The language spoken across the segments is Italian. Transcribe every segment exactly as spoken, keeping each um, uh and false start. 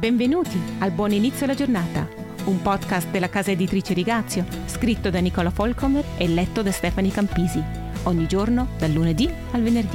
Benvenuti al Buon Inizio alla Giornata, un podcast della casa editrice Rigazio, scritto da Nicola Folcomer e letto da Stefani Campisi, ogni giorno dal lunedì al venerdì.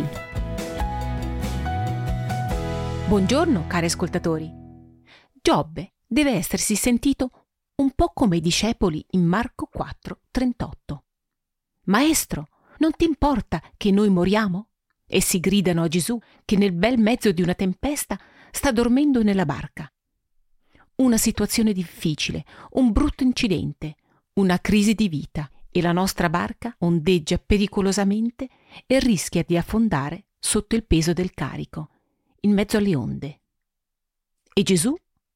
Buongiorno cari ascoltatori. Giobbe deve essersi sentito un po' come i discepoli in Marco quattro trentotto. Maestro, non ti importa che noi moriamo? Essi gridano a Gesù che nel bel mezzo di una tempesta sta dormendo nella barca. Una situazione difficile, un brutto incidente, una crisi di vita e la nostra barca ondeggia pericolosamente e rischia di affondare sotto il peso del carico, in mezzo alle onde. E Gesù?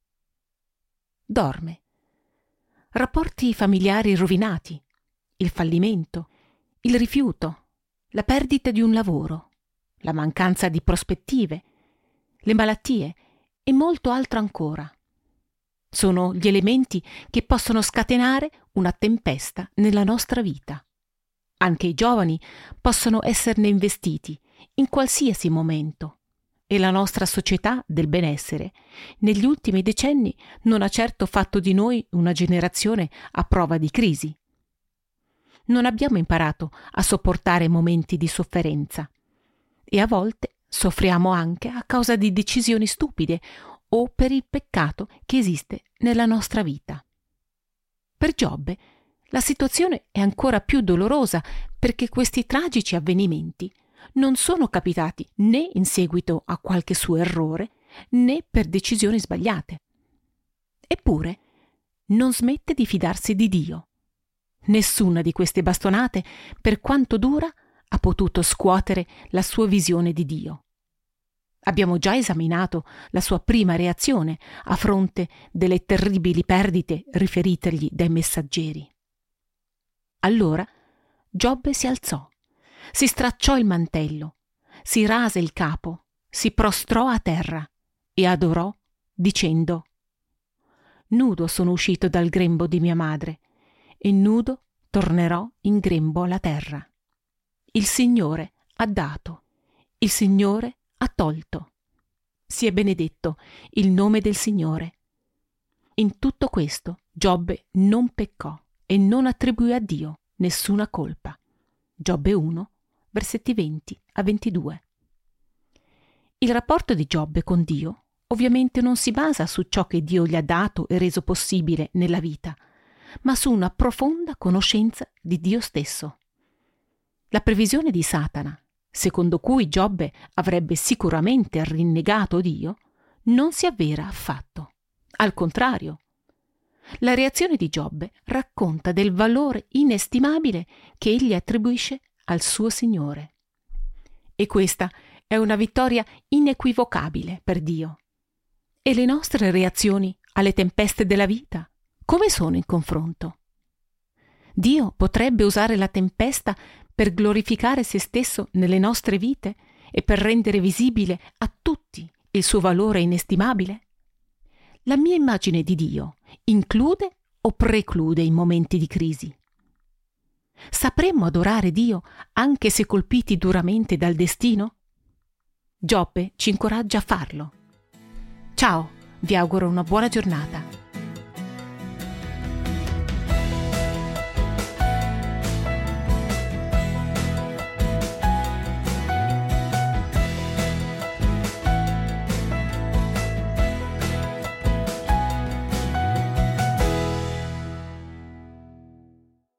Dorme. Rapporti familiari rovinati, il fallimento, il rifiuto, la perdita di un lavoro, la mancanza di prospettive, le malattie e molto altro ancora. Sono gli elementi che possono scatenare una tempesta nella nostra vita. Anche i giovani possono esserne investiti in qualsiasi momento e la nostra società del benessere negli ultimi decenni non ha certo fatto di noi una generazione a prova di crisi. Non abbiamo imparato a sopportare momenti di sofferenza e a volte soffriamo anche a causa di decisioni stupide o per il peccato che esiste nella nostra vita. Per Giobbe la situazione è ancora più dolorosa perché questi tragici avvenimenti non sono capitati né in seguito a qualche suo errore né per decisioni sbagliate. Eppure non smette di fidarsi di Dio. Nessuna di queste bastonate, per quanto dura, ha potuto scuotere la sua visione di Dio. Abbiamo già esaminato la sua prima reazione a fronte delle terribili perdite riferitegli dai messaggeri. Allora Giobbe si alzò, si stracciò il mantello, si rase il capo, si prostrò a terra e adorò dicendo: «Nudo sono uscito dal grembo di mia madre e nudo tornerò in grembo alla terra. Il Signore ha dato, il Signore ha tolto. Sia benedetto il nome del Signore». In tutto questo Giobbe non peccò e non attribuì a Dio nessuna colpa. Giobbe uno, versetti venti a ventidue. Il rapporto di Giobbe con Dio ovviamente non si basa su ciò che Dio gli ha dato e reso possibile nella vita, ma su una profonda conoscenza di Dio stesso. La previsione di Satana, secondo cui Giobbe avrebbe sicuramente rinnegato Dio, non si avvera affatto. Al contrario, la reazione di Giobbe racconta del valore inestimabile che egli attribuisce al suo Signore. E questa è una vittoria inequivocabile per Dio. E le nostre reazioni alle tempeste della vita, come sono in confronto? Dio potrebbe usare la tempesta per glorificare se stesso nelle nostre vite e per rendere visibile a tutti il suo valore inestimabile? La mia immagine di Dio include o preclude i momenti di crisi? Sapremmo adorare Dio anche se colpiti duramente dal destino? Giobbe ci incoraggia a farlo. Ciao, vi auguro una buona giornata.